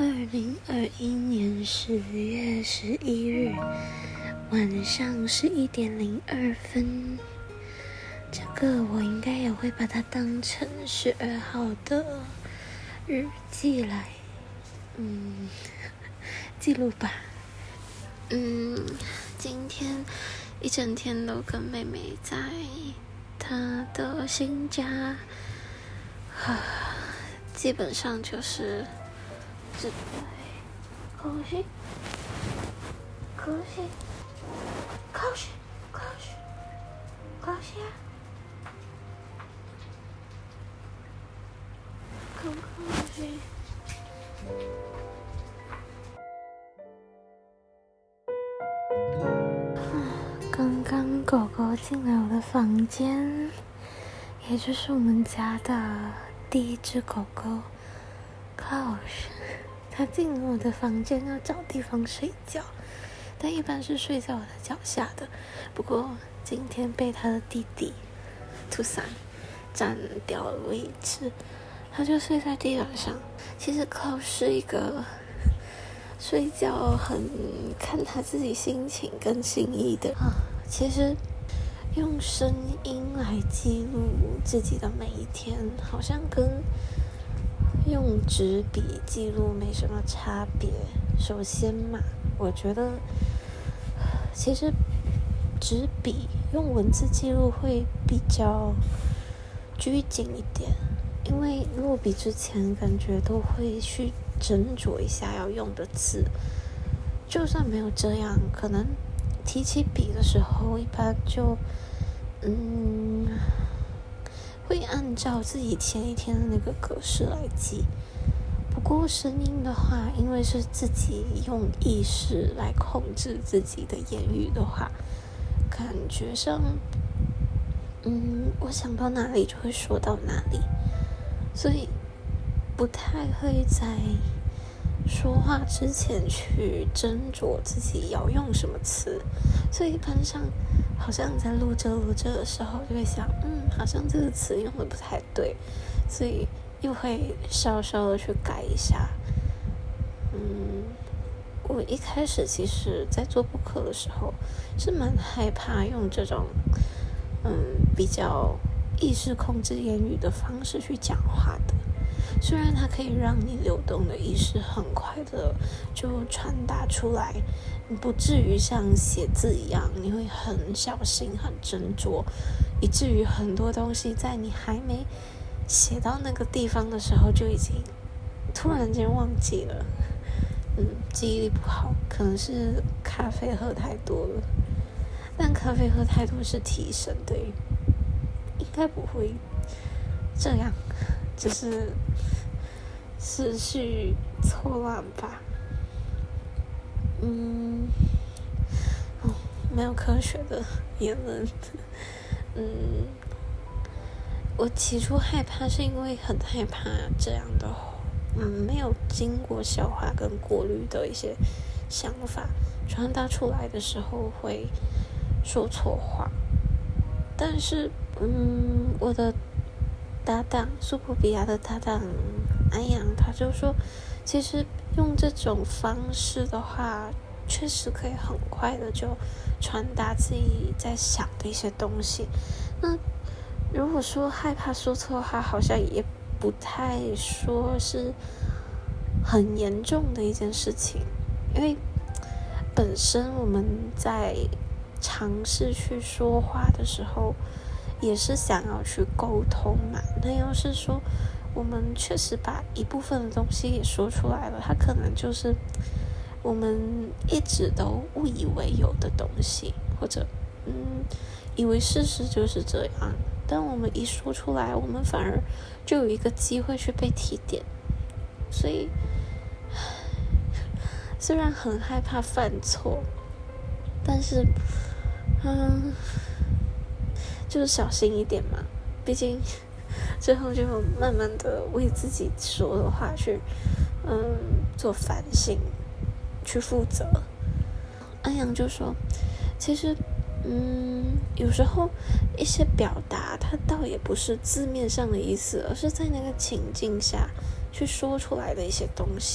2021年10月11日晚上11:02，这个我应该也会把它当成12号的日记来记录吧。今天一整天都跟妹妹在她的新家，基本上就是只在考试，刚刚狗狗进来我的房间，也就是我们家的第一只狗狗 Klaus， 它进了我的房间要找地方睡觉，但一般是睡在我的脚下的，不过今天被它的弟弟兔伞占掉了位置，它就睡在地板上。其实 Klaus 是一个睡觉很看他自己心情跟心意的其实用声音来记录自己的每一天，好像跟用纸笔记录没什么差别。首先嘛，我觉得其实纸笔用文字记录会比较拘谨一点，因为落笔之前感觉都会去斟酌一下要用的字，就算没有这样，可能提起笔的时候一般就会按照自己前一天的那个格式来记。不过声音的话，因为是自己用意识来控制自己的言语的话，感觉上我想到哪里就会说到哪里，所以不太会在说话之前去斟酌自己要用什么词，所以一般上好像在录这的时候就会想好像这个词用的不太对，所以又会稍稍的去改一下。我一开始其实在做播客的时候是蛮害怕用这种比较意识控制言语的方式去讲话的，虽然它可以让你流动的意识很快的就传达出来，你不至于像写字一样你会很小心很斟酌，以至于很多东西在你还没写到那个地方的时候就已经突然间忘记了。记忆力不好，可能是咖啡喝太多了，但咖啡喝太多是提神的，应该不会这样，只是思绪错乱吧。没有科学的言论。我起初害怕是因为很害怕这样的没有经过消化跟过滤的一些想法传达出来的时候会说错话。但是我的搭档苏普比亚的搭档安阳他就说，其实用这种方式的话确实可以很快的就传达自己在想的一些东西。那如果说害怕说错话，好像也不太说是很严重的一件事情，因为本身我们在尝试去说话的时候也是想要去沟通嘛，那要是说我们确实把一部分的东西也说出来了，它可能就是我们一直都误以为有的东西，或者以为事实就是这样，但我们一说出来，我们反而就有一个机会去被提点。所以虽然很害怕犯错，但是就是小心一点嘛，毕竟之后就慢慢的为自己说的话去做反省，去负责。安阳就说，其实有时候一些表达它倒也不是字面上的意思，而是在那个情境下去说出来的一些东西。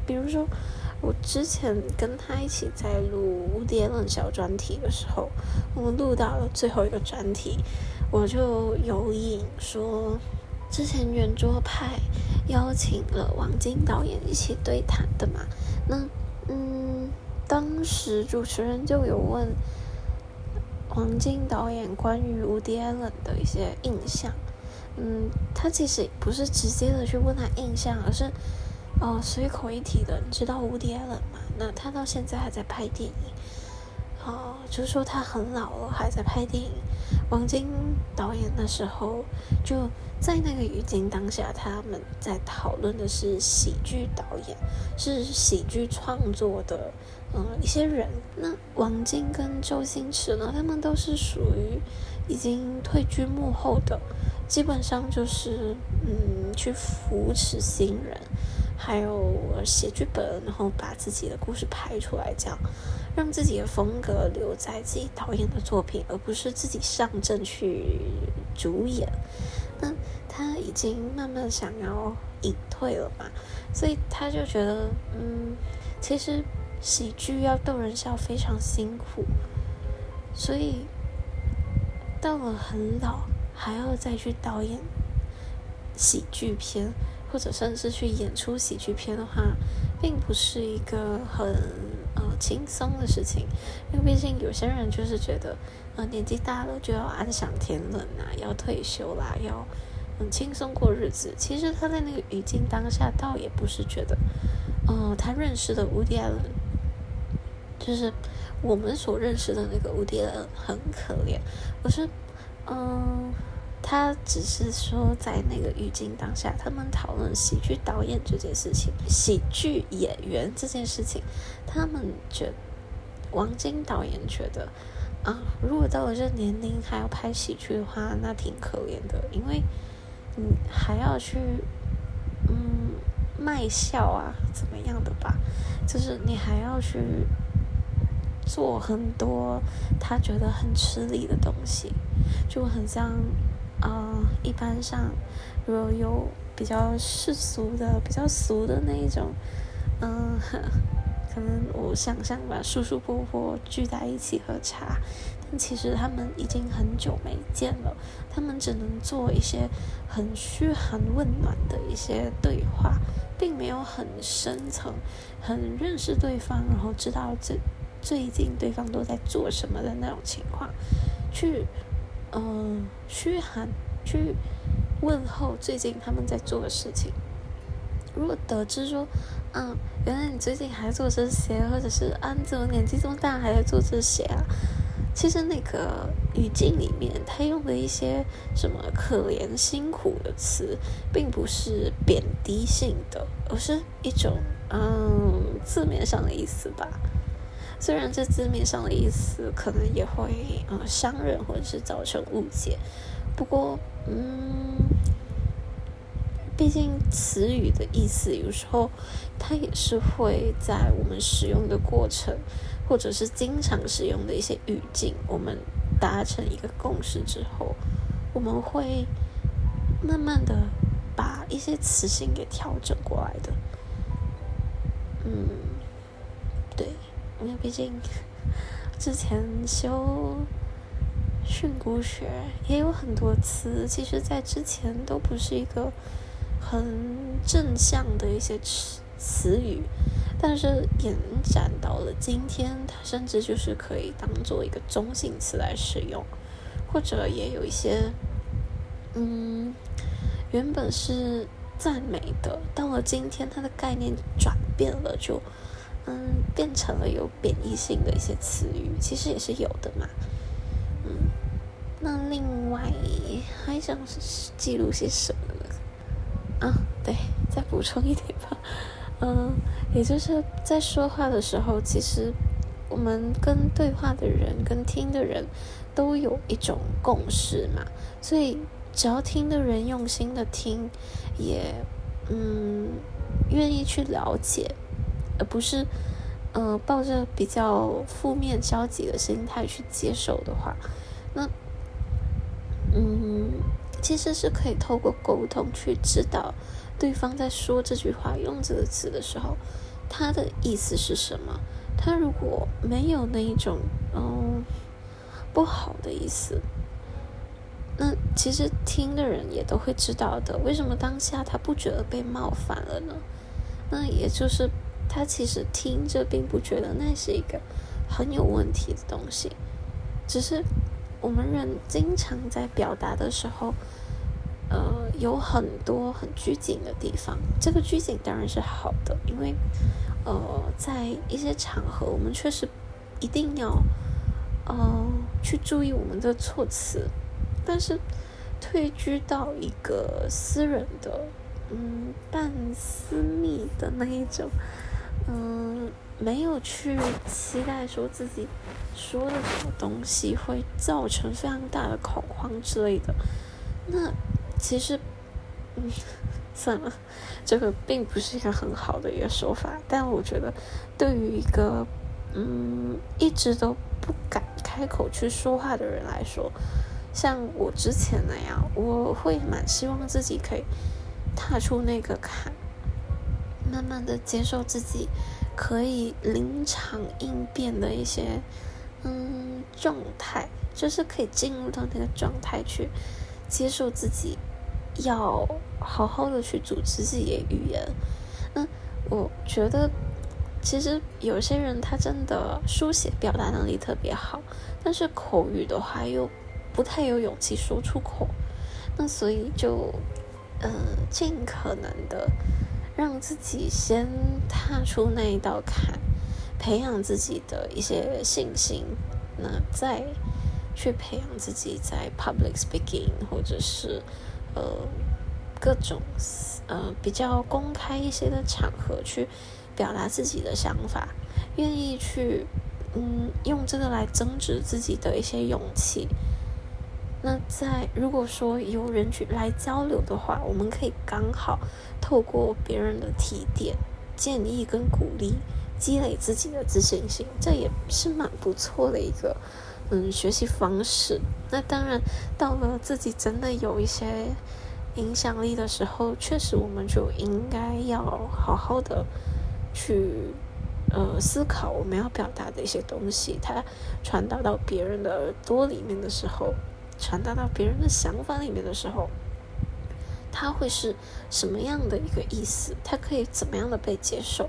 比如说我之前跟他一起在录无敌冷小专题的时候，我们录到了最后一个专题，我就有引说，之前圆桌派邀请了王晶导演一起对谈的嘛，那当时主持人就有问王晶导演关于伍迪·艾伦的一些印象，他其实不是直接的去问他印象，而是随口一提的。你知道伍迪·艾伦吗？那他到现在还在拍电影，就是说他很老了还在拍电影。王晶导演那时候就在那个语境当下，他们在讨论的是喜剧导演，是喜剧创作的一些人。那王晶跟周星驰呢，他们都是属于已经退居幕后的，基本上就是去扶持新人，还有写剧本，然后把自己的故事拍出来，这样让自己的风格留在自己导演的作品，而不是自己上阵去主演。那他已经慢慢想要隐退了嘛，所以他就觉得其实喜剧要逗人笑非常辛苦，所以到了很老还要再去导演喜剧片，或者甚至去演出喜剧片的话，并不是一个很轻松的事情，因为毕竟有些人就是觉得年纪大了就要安享天伦啊，要退休啦，要轻松过日子。其实他在那个语境当下倒也不是觉得他认识的伍迪·艾伦，就是我们所认识的那个伍迪·艾伦很可怜，而是他只是说在那个语境当下，他们讨论喜剧导演这件事情，喜剧演员这件事情，他们王晶导演觉得如果到了这年龄还要拍喜剧的话，那挺可怜的，因为你还要去卖笑啊怎么样的吧，就是你还要去做很多他觉得很吃力的东西，就很像一般上如果有比较世俗的比较俗的那一种可能我想象吧，叔叔伯伯聚在一起喝茶，但其实他们已经很久没见了，他们只能做一些很嘘寒问暖的一些对话，并没有很深层很认识对方，然后知道最近对方都在做什么的那种情况，去嘘寒，去问候最近他们在做的事情。如果得知说原来你最近还做这些，或者是你怎么年纪这么大还在做这些啊，其实那个语境里面他用的一些什么可怜辛苦的词，并不是贬低性的，而是一种字面上的意思吧。虽然这字面上的意思可能也会伤人或者是造成误解，不过毕竟词语的意思有时候它也是会在我们使用的过程，或者是经常使用的一些语境，我们达成一个共识之后，我们会慢慢的把一些词性给调整过来的。对，因为毕竟之前修训诂学也有很多词，其实在之前都不是一个很正向的一些词语，但是延展到了今天，它甚至就是可以当做一个中性词来使用，或者也有一些原本是赞美的，到了今天它的概念转变了，就变成了有贬义性的一些词语，其实也是有的嘛。那另外还想记录些什么呢？对，再补充一点吧。也就是在说话的时候，其实我们跟对话的人跟听的人都有一种共识嘛，所以只要听的人用心的听，也愿意去了解，而不是抱着比较负面消极的心态去接受的话，那其实是可以透过沟通去知道对方在说这句话用这个词的时候他的意思是什么？他如果没有那一种不好的意思，那其实听的人也都会知道的。为什么当下他不觉得被冒犯了呢？那也就是他其实听着并不觉得那是一个很有问题的东西，只是我们人经常在表达的时候有很多很拘谨的地方。这个拘谨当然是好的，因为在一些场合我们确实一定要去注意我们的措辞，但是退居到一个私人的半私密的那一种没有去期待说自己说的什么东西会造成非常大的恐慌之类的，那其实算了，这个并不是一个很好的一个说法。但我觉得对于一个一直都不敢开口去说话的人来说，像我之前那样，我会蛮希望自己可以踏出那个坎，慢慢的接受自己可以临场应变的一些状态，就是可以进入到那个状态去接受自己要好好的去组织自己的语言。那我觉得其实有些人他真的书写表达能力特别好，但是口语的话又不太有勇气说出口，那所以就尽可能的让自己先踏出那一道坎，培养自己的一些信心，那再去培养自己在 public speaking 或者是各种比较公开一些的场合去表达自己的想法，愿意去用这个来增值自己的一些勇气。那如果说有人来交流的话，我们可以刚好透过别人的提点、建议跟鼓励，积累自己的自信心，这也是蛮不错的一个学习方式。那当然，到了自己真的有一些影响力的时候，确实我们就应该要好好的去思考我们要表达的一些东西，它传达到别人的耳朵里面的时候，传达到别人的想法里面的时候，它会是什么样的一个意思？它可以怎么样的被接受？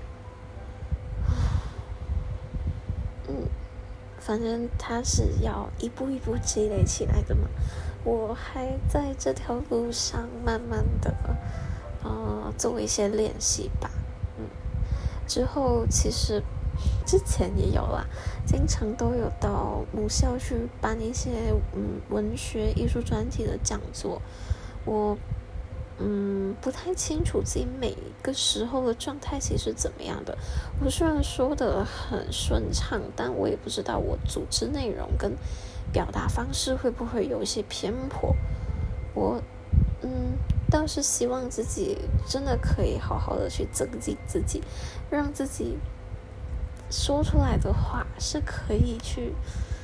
反正它是要一步一步积累起来的嘛。我还在这条路上慢慢的做一些练习吧。之后其实之前也有啦，经常都有到母校去办一些文学艺术专题的讲座。我不太清楚自己每个时候的状态其实怎么样的。我虽然说的很顺畅，但我也不知道我组织内容跟表达方式会不会有一些偏颇。我倒是希望自己真的可以好好的去增进自己，让自己说出来的话是可以去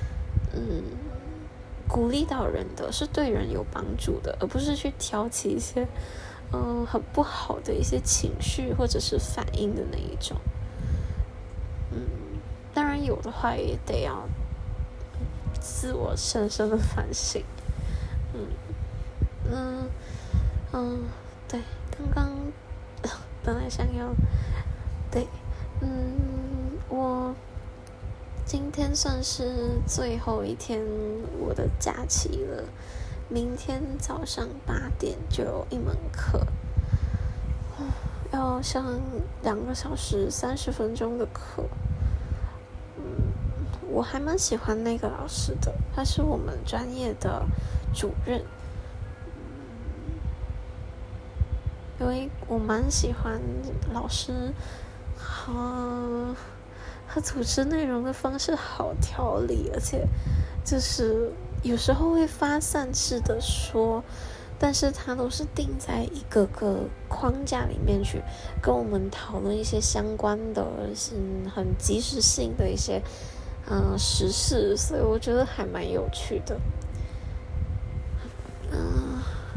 鼓励到人的，是对人有帮助的，而不是去挑起一些很不好的一些情绪或者是反应的那一种。当然有的话也得要自我深深的反省。对，刚刚本来想要我今天算是最后一天我的假期了，明天早上8点就有一门课，要上2个小时30分钟的课。我还蛮喜欢那个老师的，他是我们专业的主任。因为我蛮喜欢老师他组织内容的方式好条理，而且就是有时候会发散式的说，但是他都是定在一个个框架里面去跟我们讨论一些相关的很及时性的一些时事，所以我觉得还蛮有趣的。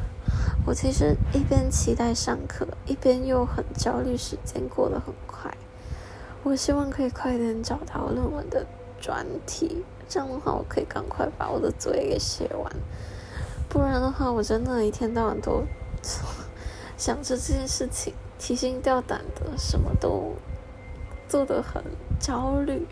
我其实一边期待上课，一边又很焦虑时间过得很快。 我希望可以快点找到论文的专题，这样的话我可以赶快把我的作业给写完，不然的话我真的一天到晚都想着这件事情，提心吊胆的，什么都做得很焦虑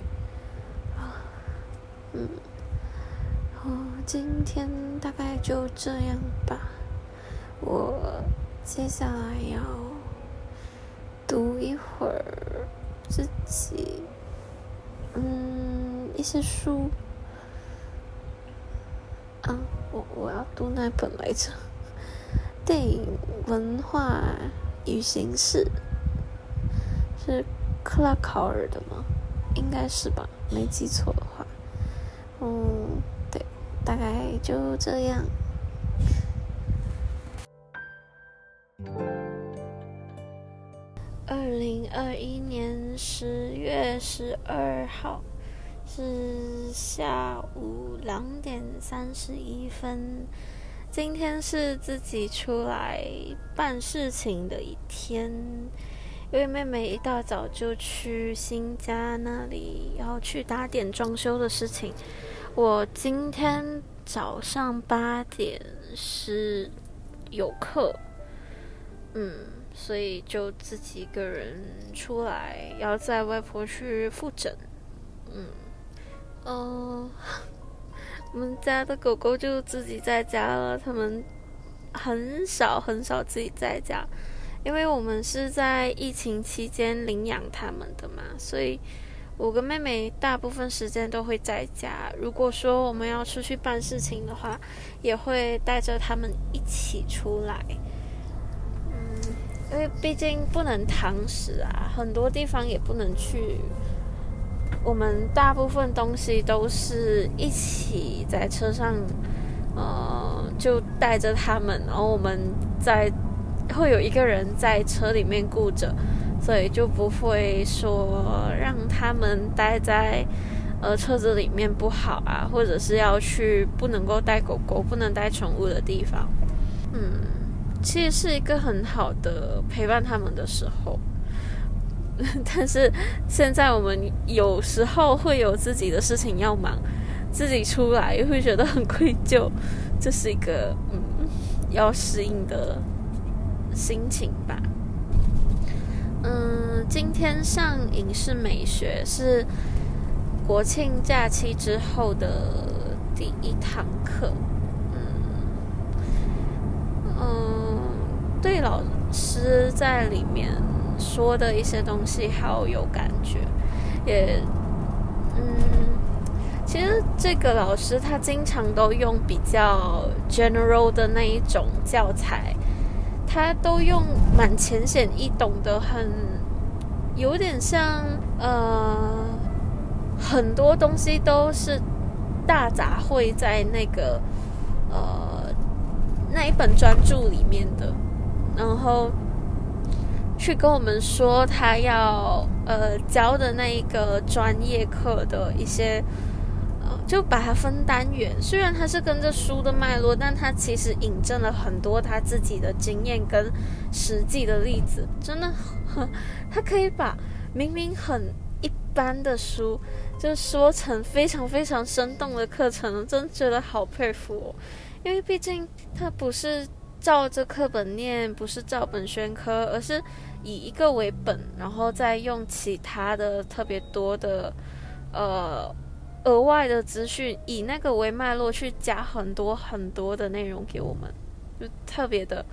今天大概就这样吧。我接下来要读一会儿自己一些书我要读哪本来着？电影文化与形式，是克拉考尔的吗？应该是吧，没记错的话。对，大概就这样。2021年10月12号是下午2点31分。今天是自己出来办事情的一天，因为妹妹一大早就去新家那里要去打点装修的事情。我今天早上8点是有课，所以就自己一个人出来，要载外婆去复诊。我们家的狗狗就自己在家了，他们很少自己在家，因为我们是在疫情期间领养他们的嘛，所以我跟妹妹大部分时间都会在家。如果说我们要出去办事情的话，也会带着他们一起出来。因为毕竟不能堂食啊，很多地方也不能去。我们大部分东西都是一起在车上，就带着他们，然后我们会有一个人在车里面顾着，所以就不会说让他们待在车子里面不好啊，或者是要去不能够带狗狗、不能带宠物的地方。其实是一个很好的陪伴他们的时候。但是现在我们有时候会有自己的事情要忙，自己出来又会觉得很愧疚，这是一个要适应的心情吧。今天上影视美学是国庆假期之后的第1堂课。对老师在里面说的一些东西好有感觉，也其实这个老师他经常都用比较 general 的那一种教材，他都用蛮浅显易懂的，有点像很多东西都是大杂烩在那个那一本专著里面的，然后去跟我们说他要教的那一个专业课的一些就把它分单元，虽然他是跟着书的脉络，但他其实引证了很多他自己的经验跟实际的例子，真的他可以把明明很一般的书就说成非常非常生动的课程，真的觉得好佩服哦。因为毕竟他不是照着课本念，不是照本宣科，而是以一个为本，然后再用其他的特别多的额外的资讯，以那个为脉络去加很多很多的内容给我们，就特别的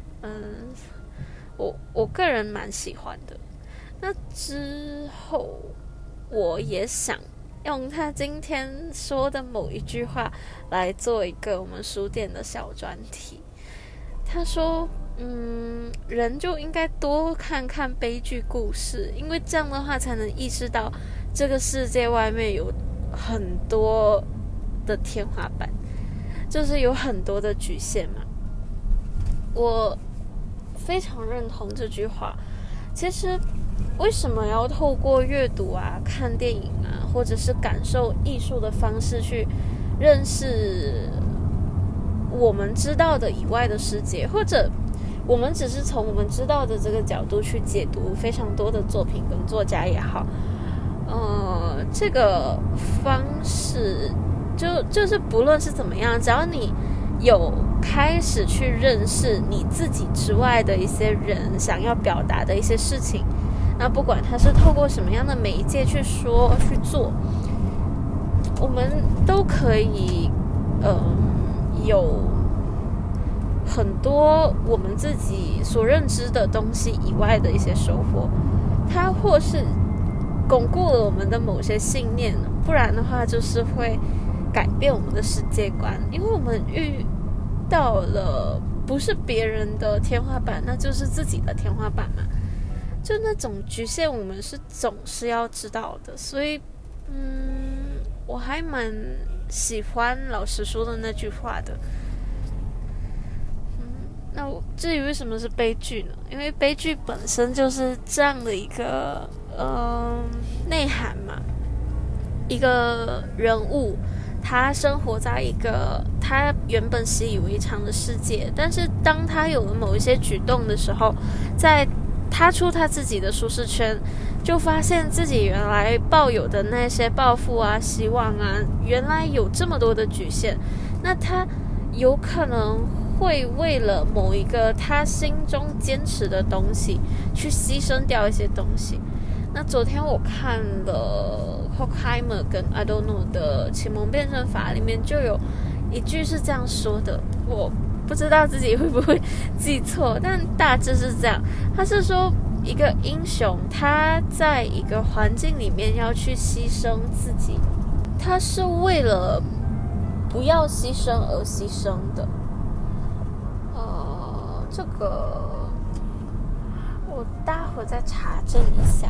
我个人蛮喜欢的。那之后我也想用他今天说的某一句话来做一个我们书店的小专题。他说人就应该多看看悲剧故事，因为这样的话才能意识到这个世界外面有很多的天花板，就是有很多的局限嘛。我非常认同这句话。其实为什么要透过阅读啊、看电影啊，或者是感受艺术的方式去认识我们知道的以外的世界，或者我们只是从我们知道的这个角度去解读非常多的作品跟作家也好，这个方式就是不论是怎么样，只要你有开始去认识你自己之外的一些人想要表达的一些事情，那不管他是透过什么样的媒介去说去做，我们都可以有很多我们自己所认知的东西以外的一些收获，它或是巩固了我们的某些信念，不然的话就是会改变我们的世界观，因为我们遇到了不是别人的天花板，那就是自己的天花板嘛，就那种局限我们是总是要知道的，所以我还蛮喜欢老师说的那句话的。那至于为什么是悲剧呢？因为悲剧本身就是这样的一个内涵嘛。一个人物他生活在一个他原本习以为常的世界，但是当他有了某一些举动的时候，在踏出他自己的舒适圈，就发现自己原来抱有的那些抱负啊、希望啊，原来有这么多的局限。那他有可能会为了某一个他心中坚持的东西去牺牲掉一些东西。那昨天我看了 Horkheimer 跟 Adorno 的启蒙辩证法，里面就有一句是这样说的，我不知道自己会不会记错，但大致是这样。他是说一个英雄他在一个环境里面要去牺牲自己，他是为了不要牺牲而牺牲的。这个我待会再查证一下。